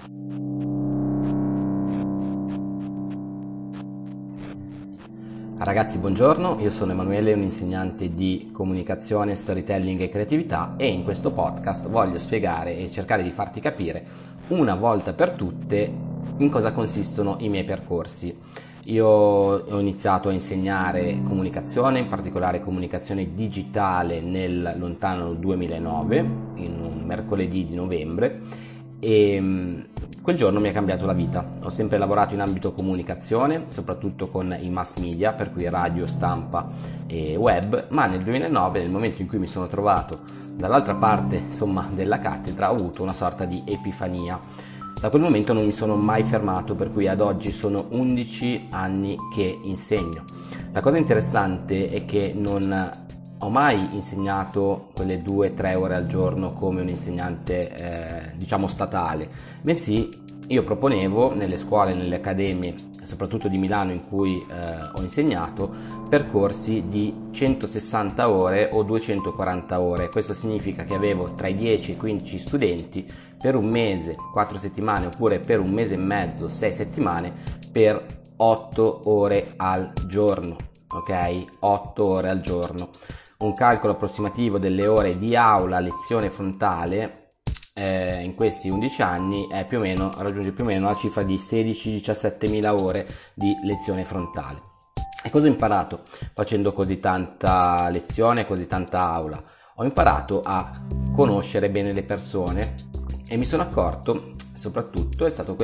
Ragazzi, buongiorno, io sono Emanuele, un insegnante di comunicazione, storytelling e creatività, e in questo podcast voglio spiegare e cercare di farti capire una volta per tutte in cosa consistono i miei percorsi. Io ho iniziato a insegnare comunicazione, in particolare comunicazione digitale, nel lontano 2009, in un mercoledì di novembre, e quel giorno mi ha cambiato la vita. Ho sempre lavorato in ambito comunicazione, soprattutto con i mass media, per cui radio, stampa e web, ma nel 2009, nel momento in cui mi sono trovato dall'altra parte, della cattedra, ho avuto una sorta di epifania. Da quel momento non mi sono mai fermato, per cui ad oggi sono 11 anni che insegno. La cosa interessante è che non ho mai insegnato quelle 2-3 ore al giorno come un insegnante statale, bensì io proponevo nelle scuole, nelle accademie, soprattutto di Milano in cui ho insegnato, percorsi di 160 ore o 240 ore. Questo significa che avevo tra i 10 e i 15 studenti per un mese, 4 settimane, oppure per un mese e mezzo, 6 settimane, per 8 ore al giorno, ok? 8 ore al giorno. Un calcolo approssimativo delle ore di aula, lezione frontale, in questi 11 anni raggiunge più o meno la cifra di 16-17 mila ore di lezione frontale. E cosa ho imparato facendo così tanta lezione, così tanta aula? Ho imparato a conoscere bene le persone e mi sono accorto, soprattutto è stata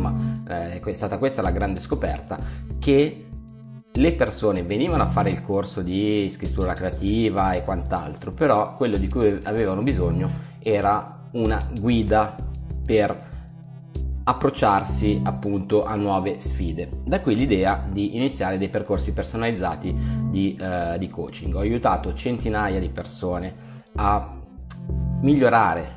questa la grande scoperta, che le persone venivano a fare il corso di scrittura creativa e quant'altro, però quello di cui avevano bisogno era una guida per approcciarsi appunto a nuove sfide. Da qui l'idea di iniziare dei percorsi personalizzati di coaching. Ho aiutato centinaia di persone a migliorare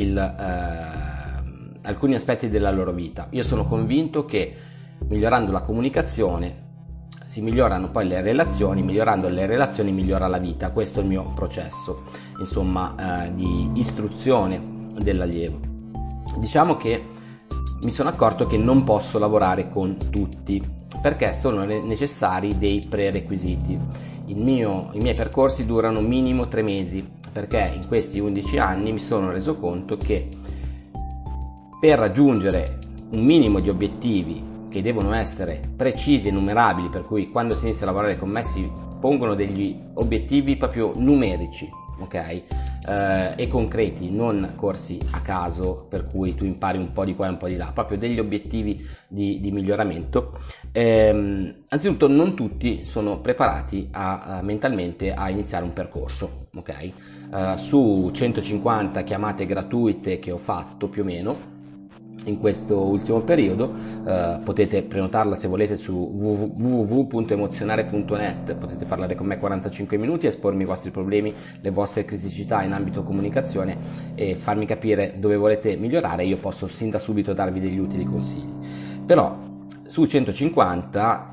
alcuni aspetti della loro vita. Io sono convinto che migliorando la comunicazione si migliorano poi le relazioni, migliorando le relazioni migliora la vita. Questo è il mio processo, di istruzione dell'allievo. Diciamo che mi sono accorto che non posso lavorare con tutti, perché sono necessari dei prerequisiti. I miei percorsi durano minimo 3 mesi, perché in questi 11 anni mi sono reso conto che per raggiungere un minimo di obiettivi che devono essere precisi e numerabili, per cui quando si inizia a lavorare con me si pongono degli obiettivi proprio numerici, ok? E concreti, non corsi a caso per cui tu impari un po' di qua e un po' di là, proprio degli obiettivi di miglioramento. Anzitutto non tutti sono preparati mentalmente a iniziare un percorso, ok? Su 150 chiamate gratuite che ho fatto più o meno in questo ultimo periodo, potete prenotarla se volete su www.emozionare.net, potete parlare con me 45 minuti, espormi i vostri problemi, le vostre criticità in ambito comunicazione e farmi capire dove volete migliorare. Io posso sin da subito darvi degli utili consigli. Però su 150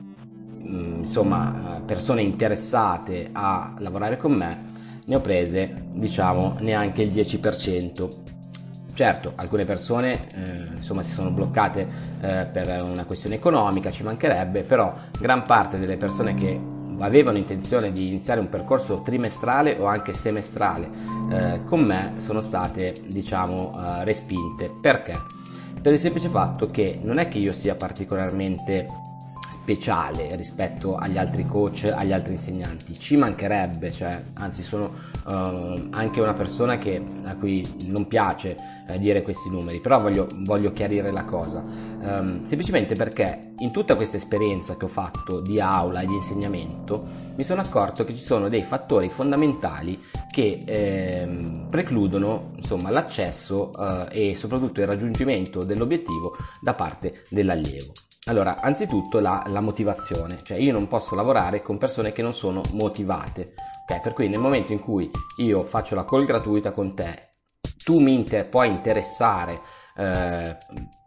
persone interessate a lavorare con me ne ho prese neanche il 10%. Certo, alcune persone si sono bloccate per una questione economica, ci mancherebbe, però gran parte delle persone che avevano intenzione di iniziare un percorso trimestrale o anche semestrale con me sono state respinte. Perché? Per il semplice fatto che non è che io sia particolarmente speciale rispetto agli altri coach, agli altri insegnanti, ci mancherebbe, anzi sono anche una persona a cui non piace dire questi numeri, però voglio chiarire la cosa, semplicemente perché in tutta questa esperienza che ho fatto di aula e di insegnamento mi sono accorto che ci sono dei fattori fondamentali che precludono l'accesso e soprattutto il raggiungimento dell'obiettivo da parte dell'allievo. Allora, anzitutto la motivazione, io non posso lavorare con persone che non sono motivate, ok? Per cui nel momento in cui io faccio la call gratuita con te, tu puoi interessare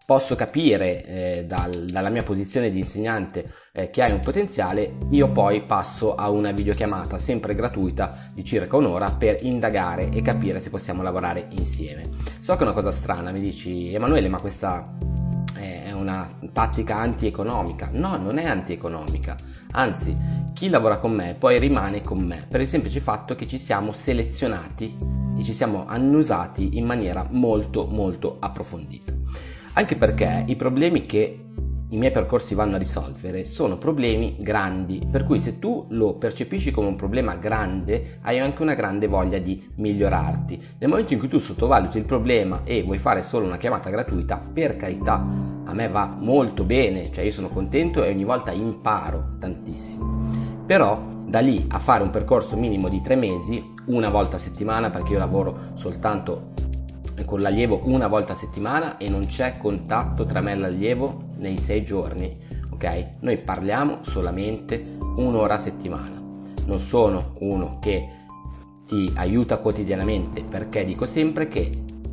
posso capire dalla mia posizione di insegnante che hai un potenziale, io poi passo a una videochiamata sempre gratuita di circa un'ora per indagare e capire se possiamo lavorare insieme. So che è una cosa strana, mi dici Emanuele, ma questa è una tattica antieconomica. No, non è antieconomica, anzi chi lavora con me poi rimane con me per il semplice fatto che ci siamo selezionati e ci siamo annusati in maniera molto molto approfondita. Anche perché i problemi che i miei percorsi vanno a risolvere sono problemi grandi, per cui se tu lo percepisci come un problema grande, hai anche una grande voglia di migliorarti. Nel momento in cui tu sottovaluti il problema e vuoi fare solo una chiamata gratuita, per carità, a me va molto bene, cioè io sono contento e ogni volta imparo tantissimo. Però da lì a fare un percorso minimo di 3 mesi, una volta a settimana, perché io lavoro soltanto con l'allievo una volta a settimana e non c'è contatto tra me e l'allievo nei 6 giorni, ok? Noi parliamo solamente un'ora a settimana. Non sono uno che ti aiuta quotidianamente, perché dico sempre che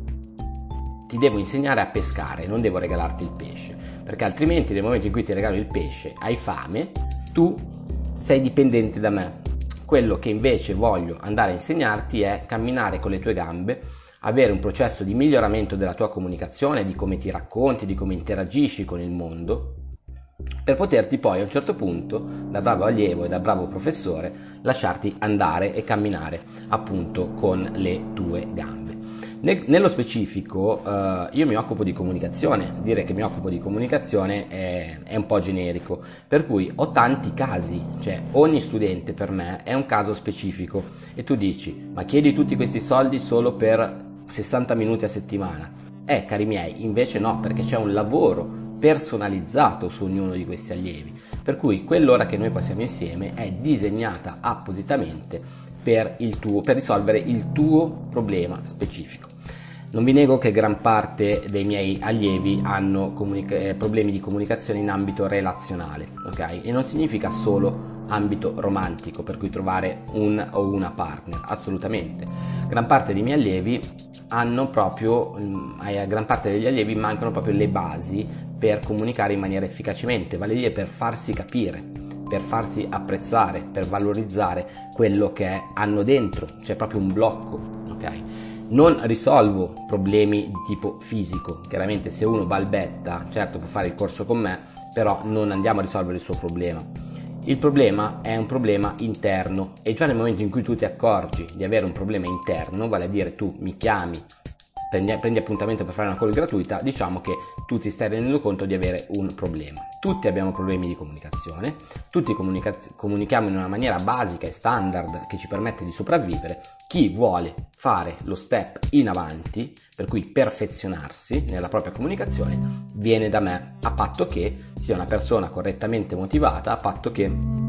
ti devo insegnare a pescare, non devo regalarti il pesce, perché altrimenti nel momento in cui ti regalo il pesce hai fame, tu sei dipendente da me. Quello che invece voglio andare a insegnarti è camminare con le tue gambe, avere un processo di miglioramento della tua comunicazione, di come ti racconti, di come interagisci con il mondo, per poterti poi a un certo punto, da bravo allievo e da bravo professore, lasciarti andare e camminare appunto con le tue gambe. Nello specifico io mi occupo di comunicazione. Dire che mi occupo di comunicazione è un po' generico, per cui ho tanti casi, cioè ogni studente per me è un caso specifico e tu dici ma chiedi tutti questi soldi solo per 60 minuti a settimana? Cari miei, invece no, perché c'è un lavoro personalizzato su ognuno di questi allievi, per cui quell'ora che noi passiamo insieme è disegnata appositamente per risolvere il tuo problema specifico. Non vi nego che gran parte dei miei allievi hanno problemi di comunicazione in ambito relazionale, ok? E non significa solo ambito romantico, per cui trovare un o una partner, assolutamente. Gran parte dei miei allievi hanno proprio, a gran parte degli allievi mancano proprio le basi per comunicare in maniera efficacemente, vale a dire per farsi capire, per farsi apprezzare, per valorizzare quello che hanno dentro, c'è proprio un blocco, ok? Non risolvo problemi di tipo fisico, chiaramente se uno balbetta, certo può fare il corso con me, però non andiamo a risolvere il suo problema. Il problema è un problema interno e già nel momento in cui tu ti accorgi di avere un problema interno, vale a dire tu mi chiami, prendi appuntamento per fare una call gratuita, diciamo che tu ti stai rendendo conto di avere un problema. Tutti abbiamo problemi di comunicazione, tutti comunichiamo in una maniera basica e standard che ci permette di sopravvivere. Chi vuole fare lo step in avanti, per cui perfezionarsi nella propria comunicazione, viene da me, a patto che sia una persona correttamente motivata, a patto che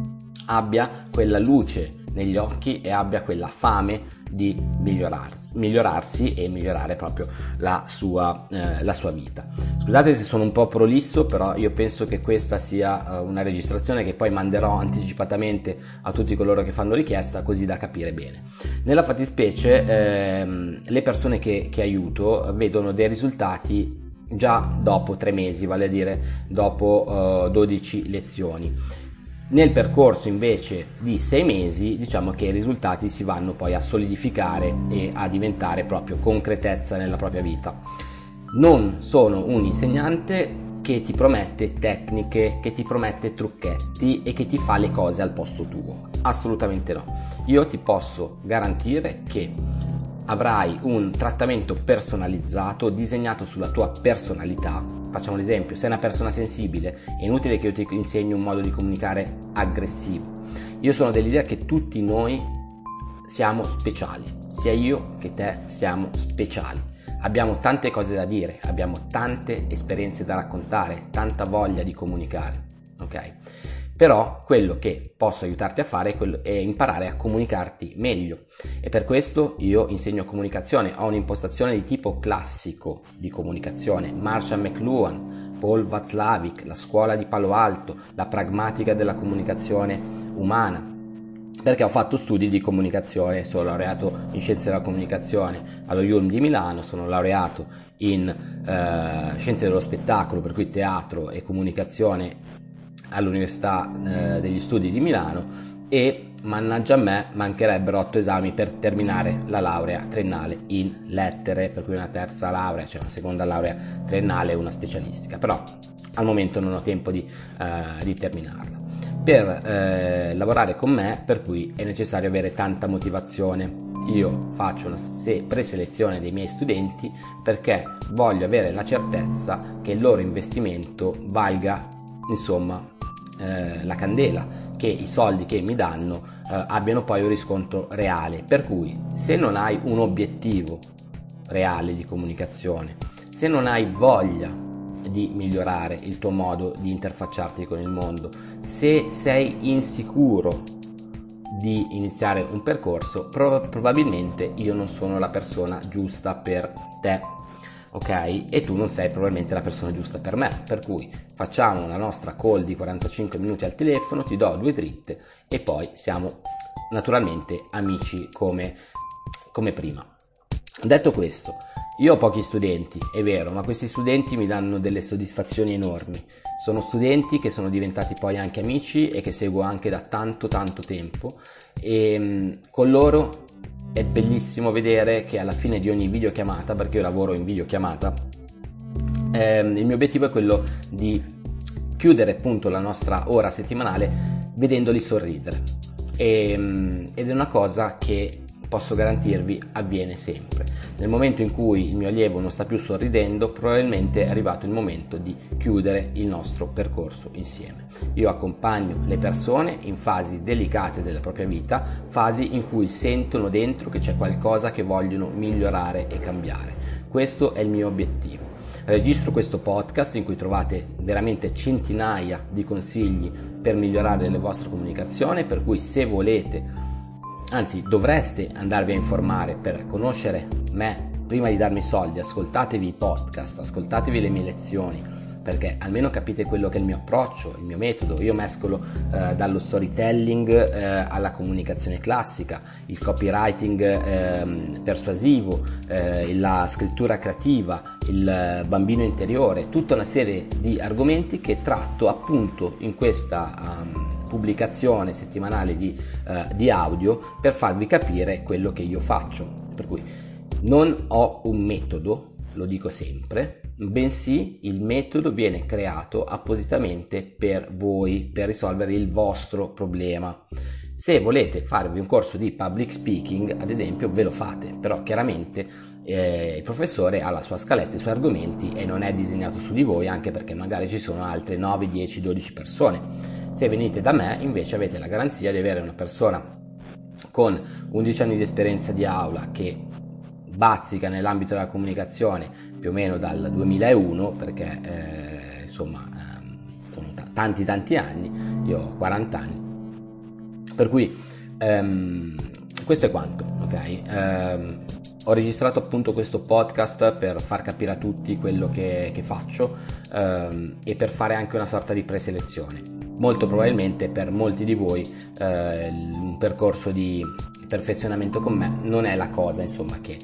abbia quella luce negli occhi e abbia quella fame di migliorarsi e migliorare proprio la sua vita. Scusate se sono un po' prolisso, però io penso che questa sia una registrazione che poi manderò anticipatamente a tutti coloro che fanno richiesta, così da capire bene. Nella fattispecie le persone che aiuto vedono dei risultati già dopo 3 mesi, vale a dire dopo 12 lezioni. Nel percorso invece di 6 mesi diciamo che i risultati si vanno poi a solidificare e a diventare proprio concretezza nella propria vita. Non sono un insegnante che ti promette tecniche, che ti promette trucchetti e che ti fa le cose al posto tuo, assolutamente no. Io ti posso garantire che avrai un trattamento personalizzato, disegnato sulla tua personalità. Facciamo l'esempio: sei una persona sensibile, è inutile che io ti insegni un modo di comunicare aggressivo. Io sono dell'idea che tutti noi siamo speciali, sia io che te siamo speciali. Abbiamo tante cose da dire, abbiamo tante esperienze da raccontare, tanta voglia di comunicare, ok? Però quello che posso aiutarti a fare è imparare a comunicarti meglio, e per questo io insegno comunicazione. Ho un'impostazione di tipo classico di comunicazione, Marshall McLuhan, Paul Václavic, la scuola di Palo Alto, la pragmatica della comunicazione umana. perché ho fatto studi di comunicazione, sono laureato in scienze della comunicazione allo IULM di Milano, sono laureato in scienze dello spettacolo, per cui teatro e comunicazione all'Università degli Studi di Milano, e mannaggia a me, mancherebbero 8 esami per terminare la laurea triennale in lettere, per cui una terza laurea, cioè una seconda laurea triennale e una specialistica, però al momento non ho tempo di terminarla. Per lavorare con me, per cui è necessario avere tanta motivazione. Io faccio una preselezione dei miei studenti perché voglio avere la certezza che il loro investimento valga, insomma, la candela, che i soldi che mi danno abbiano poi un riscontro reale. Per cui se non hai un obiettivo reale di comunicazione, se non hai voglia di migliorare il tuo modo di interfacciarti con il mondo, se sei insicuro di iniziare un percorso, probabilmente io non sono la persona giusta per te, ok? E tu non sei probabilmente la persona giusta per me, per cui facciamo la nostra call di 45 minuti al telefono, ti do 2 dritte e poi siamo naturalmente amici come prima. Detto questo, io ho pochi studenti, è vero, ma questi studenti mi danno delle soddisfazioni enormi. Sono studenti che sono diventati poi anche amici e che seguo anche da tanto tempo, e con loro è bellissimo vedere che alla fine di ogni videochiamata, perché io lavoro in videochiamata, il mio obiettivo è quello di chiudere appunto la nostra ora settimanale vedendoli sorridere, ed è una cosa che posso garantirvi avviene sempre. Nel momento in cui il mio allievo non sta più sorridendo, probabilmente è arrivato il momento di chiudere il nostro percorso insieme. Io accompagno le persone in fasi delicate della propria vita, fasi in cui sentono dentro che c'è qualcosa che vogliono migliorare e cambiare. Questo è il mio obiettivo. Registro questo podcast in cui trovate veramente centinaia di consigli per migliorare la vostra comunicazione, per cui se volete, anzi dovreste andarvi a informare per conoscere me prima di darmi soldi, ascoltatevi i podcast, ascoltatevi le mie lezioni, perché almeno capite quello che è il mio approccio, il mio metodo. Io mescolo dallo storytelling alla comunicazione classica, il copywriting persuasivo, la scrittura creativa, il bambino interiore, tutta una serie di argomenti che tratto appunto in questa pubblicazione settimanale di audio per farvi capire quello che io faccio. Per cui non ho un metodo, lo dico sempre, bensì il metodo viene creato appositamente per voi, per risolvere il vostro problema. Se volete farvi un corso di public speaking, ad esempio, ve lo fate, però chiaramente il professore ha la sua scaletta, i suoi argomenti e non è disegnato su di voi, anche perché magari ci sono altre 9, 10, 12 persone. Se venite da me invece avete la garanzia di avere una persona con 11 anni di esperienza di aula che bazzica nell'ambito della comunicazione più o meno dal 2001, perché insomma sono tanti anni, io ho 40 anni, per cui questo è quanto, ok? Ho registrato appunto questo podcast per far capire a tutti quello che faccio, e per fare anche una sorta di preselezione. Molto probabilmente per molti di voi un percorso di perfezionamento con me non è la cosa, insomma, che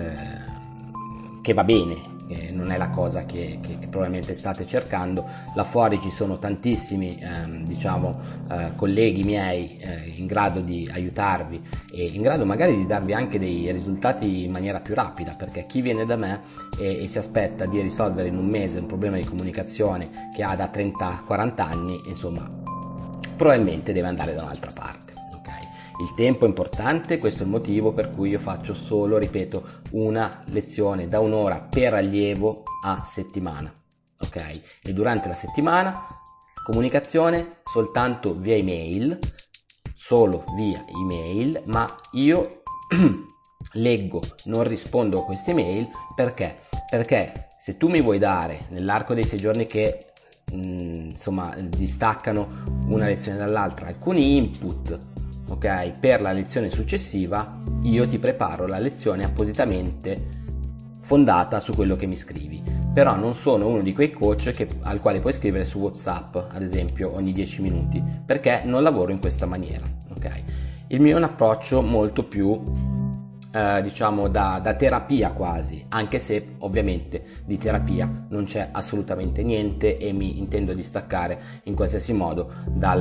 va bene, non è la cosa che probabilmente state cercando. Là fuori ci sono tantissimi colleghi miei in grado di aiutarvi e in grado magari di darvi anche dei risultati in maniera più rapida, perché chi viene da me e si aspetta di risolvere in un mese un problema di comunicazione che ha da 30-40 anni, insomma, probabilmente deve andare da un'altra parte. Il tempo è importante, questo è il motivo per cui io faccio solo, ripeto, una lezione da un'ora per allievo a settimana, ok? E durante la settimana comunicazione soltanto via email, solo via email, ma io leggo, non rispondo a queste email perché se tu mi vuoi dare nell'arco dei 6 giorni che insomma distaccano una lezione dall'altra alcuni input, ok, per la lezione successiva, io ti preparo la lezione appositamente fondata su quello che mi scrivi. Però non sono uno di quei coach al quale puoi scrivere su WhatsApp, ad esempio, ogni 10 minuti, perché non lavoro in questa maniera, ok? Il mio è un approccio molto più diciamo da terapia quasi, anche se ovviamente di terapia non c'è assolutamente niente e mi intendo distaccare in qualsiasi modo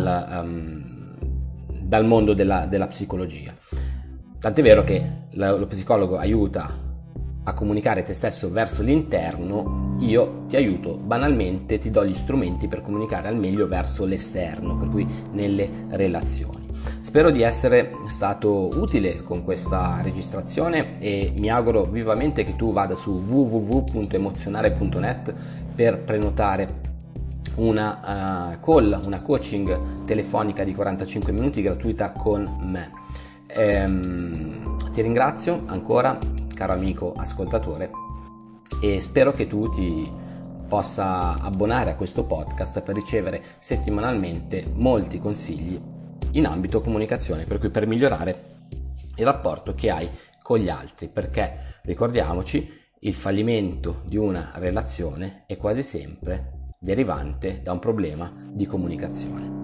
dal mondo della psicologia. Tant'è vero che lo psicologo aiuta a comunicare te stesso verso l'interno, io ti aiuto banalmente, ti do gli strumenti per comunicare al meglio verso l'esterno, per cui nelle relazioni. Spero di essere stato utile con questa registrazione e mi auguro vivamente che tu vada su www.emozionare.net per prenotare una call, una coaching telefonica di 45 minuti gratuita con me. Ti ringrazio ancora, caro amico ascoltatore, e spero che tu ti possa abbonare a questo podcast per ricevere settimanalmente molti consigli in ambito comunicazione, per cui per migliorare il rapporto che hai con gli altri, perché ricordiamoci, il fallimento di una relazione è quasi sempre derivante da un problema di comunicazione.